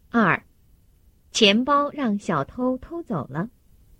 2. 钱包让小偷偷走了。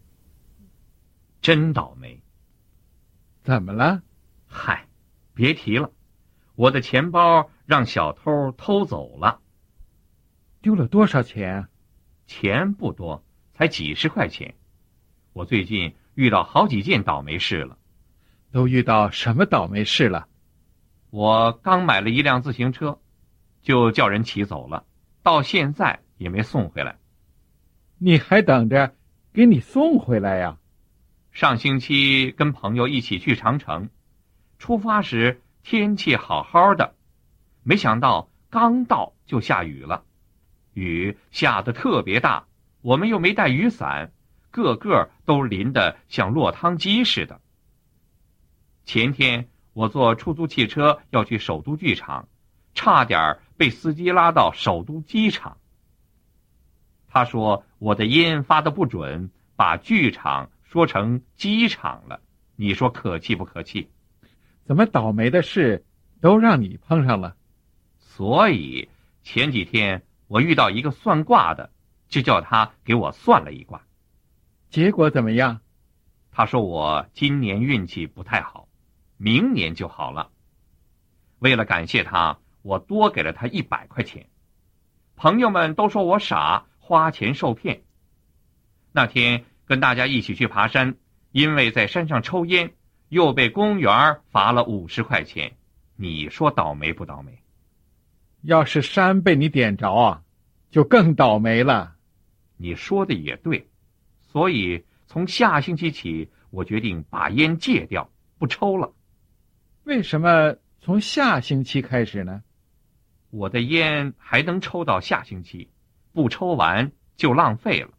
真倒霉。 怎么了？ 嗨，别提了，我的钱包让小偷偷走了。 丢了多少钱？ 钱不多，才几十块钱。我最近遇到好几件倒霉事了。 都遇到什么倒霉事了？ 我刚买了一辆自行车，就叫人骑走了，到现在也没送回来。 你还等着给你送回来呀？ 上星期跟朋友一起去长城，出发时天气好好的，没想到刚到就下雨了，雨下得特别大，我们又没带雨伞，个个都淋得像落汤鸡似的。前天我坐出租汽车要去首都剧场，差点被司机拉到首都机场。他说我的音发得不准，把剧场说成机场了，你说可气不可气？ 怎么倒霉的事都让你碰上了？ 所以前几天我遇到一个算卦的，就叫他给我算了一卦。 结果怎么样？ 他说我今年运气不太好，明年就好了。为了感谢他，我多给了他100块钱。朋友们都说我傻，花钱受骗。那天跟大家一起去爬山，因为在山上抽烟，又被公园罚了50块钱。你说倒霉不倒霉？ 要是山被你点着啊，就更倒霉了。 你说的也对，所以从下星期起，我决定把烟戒掉，不抽了。 为什么从下星期开始呢？ 我的烟还能抽到下星期，不抽完就浪费了。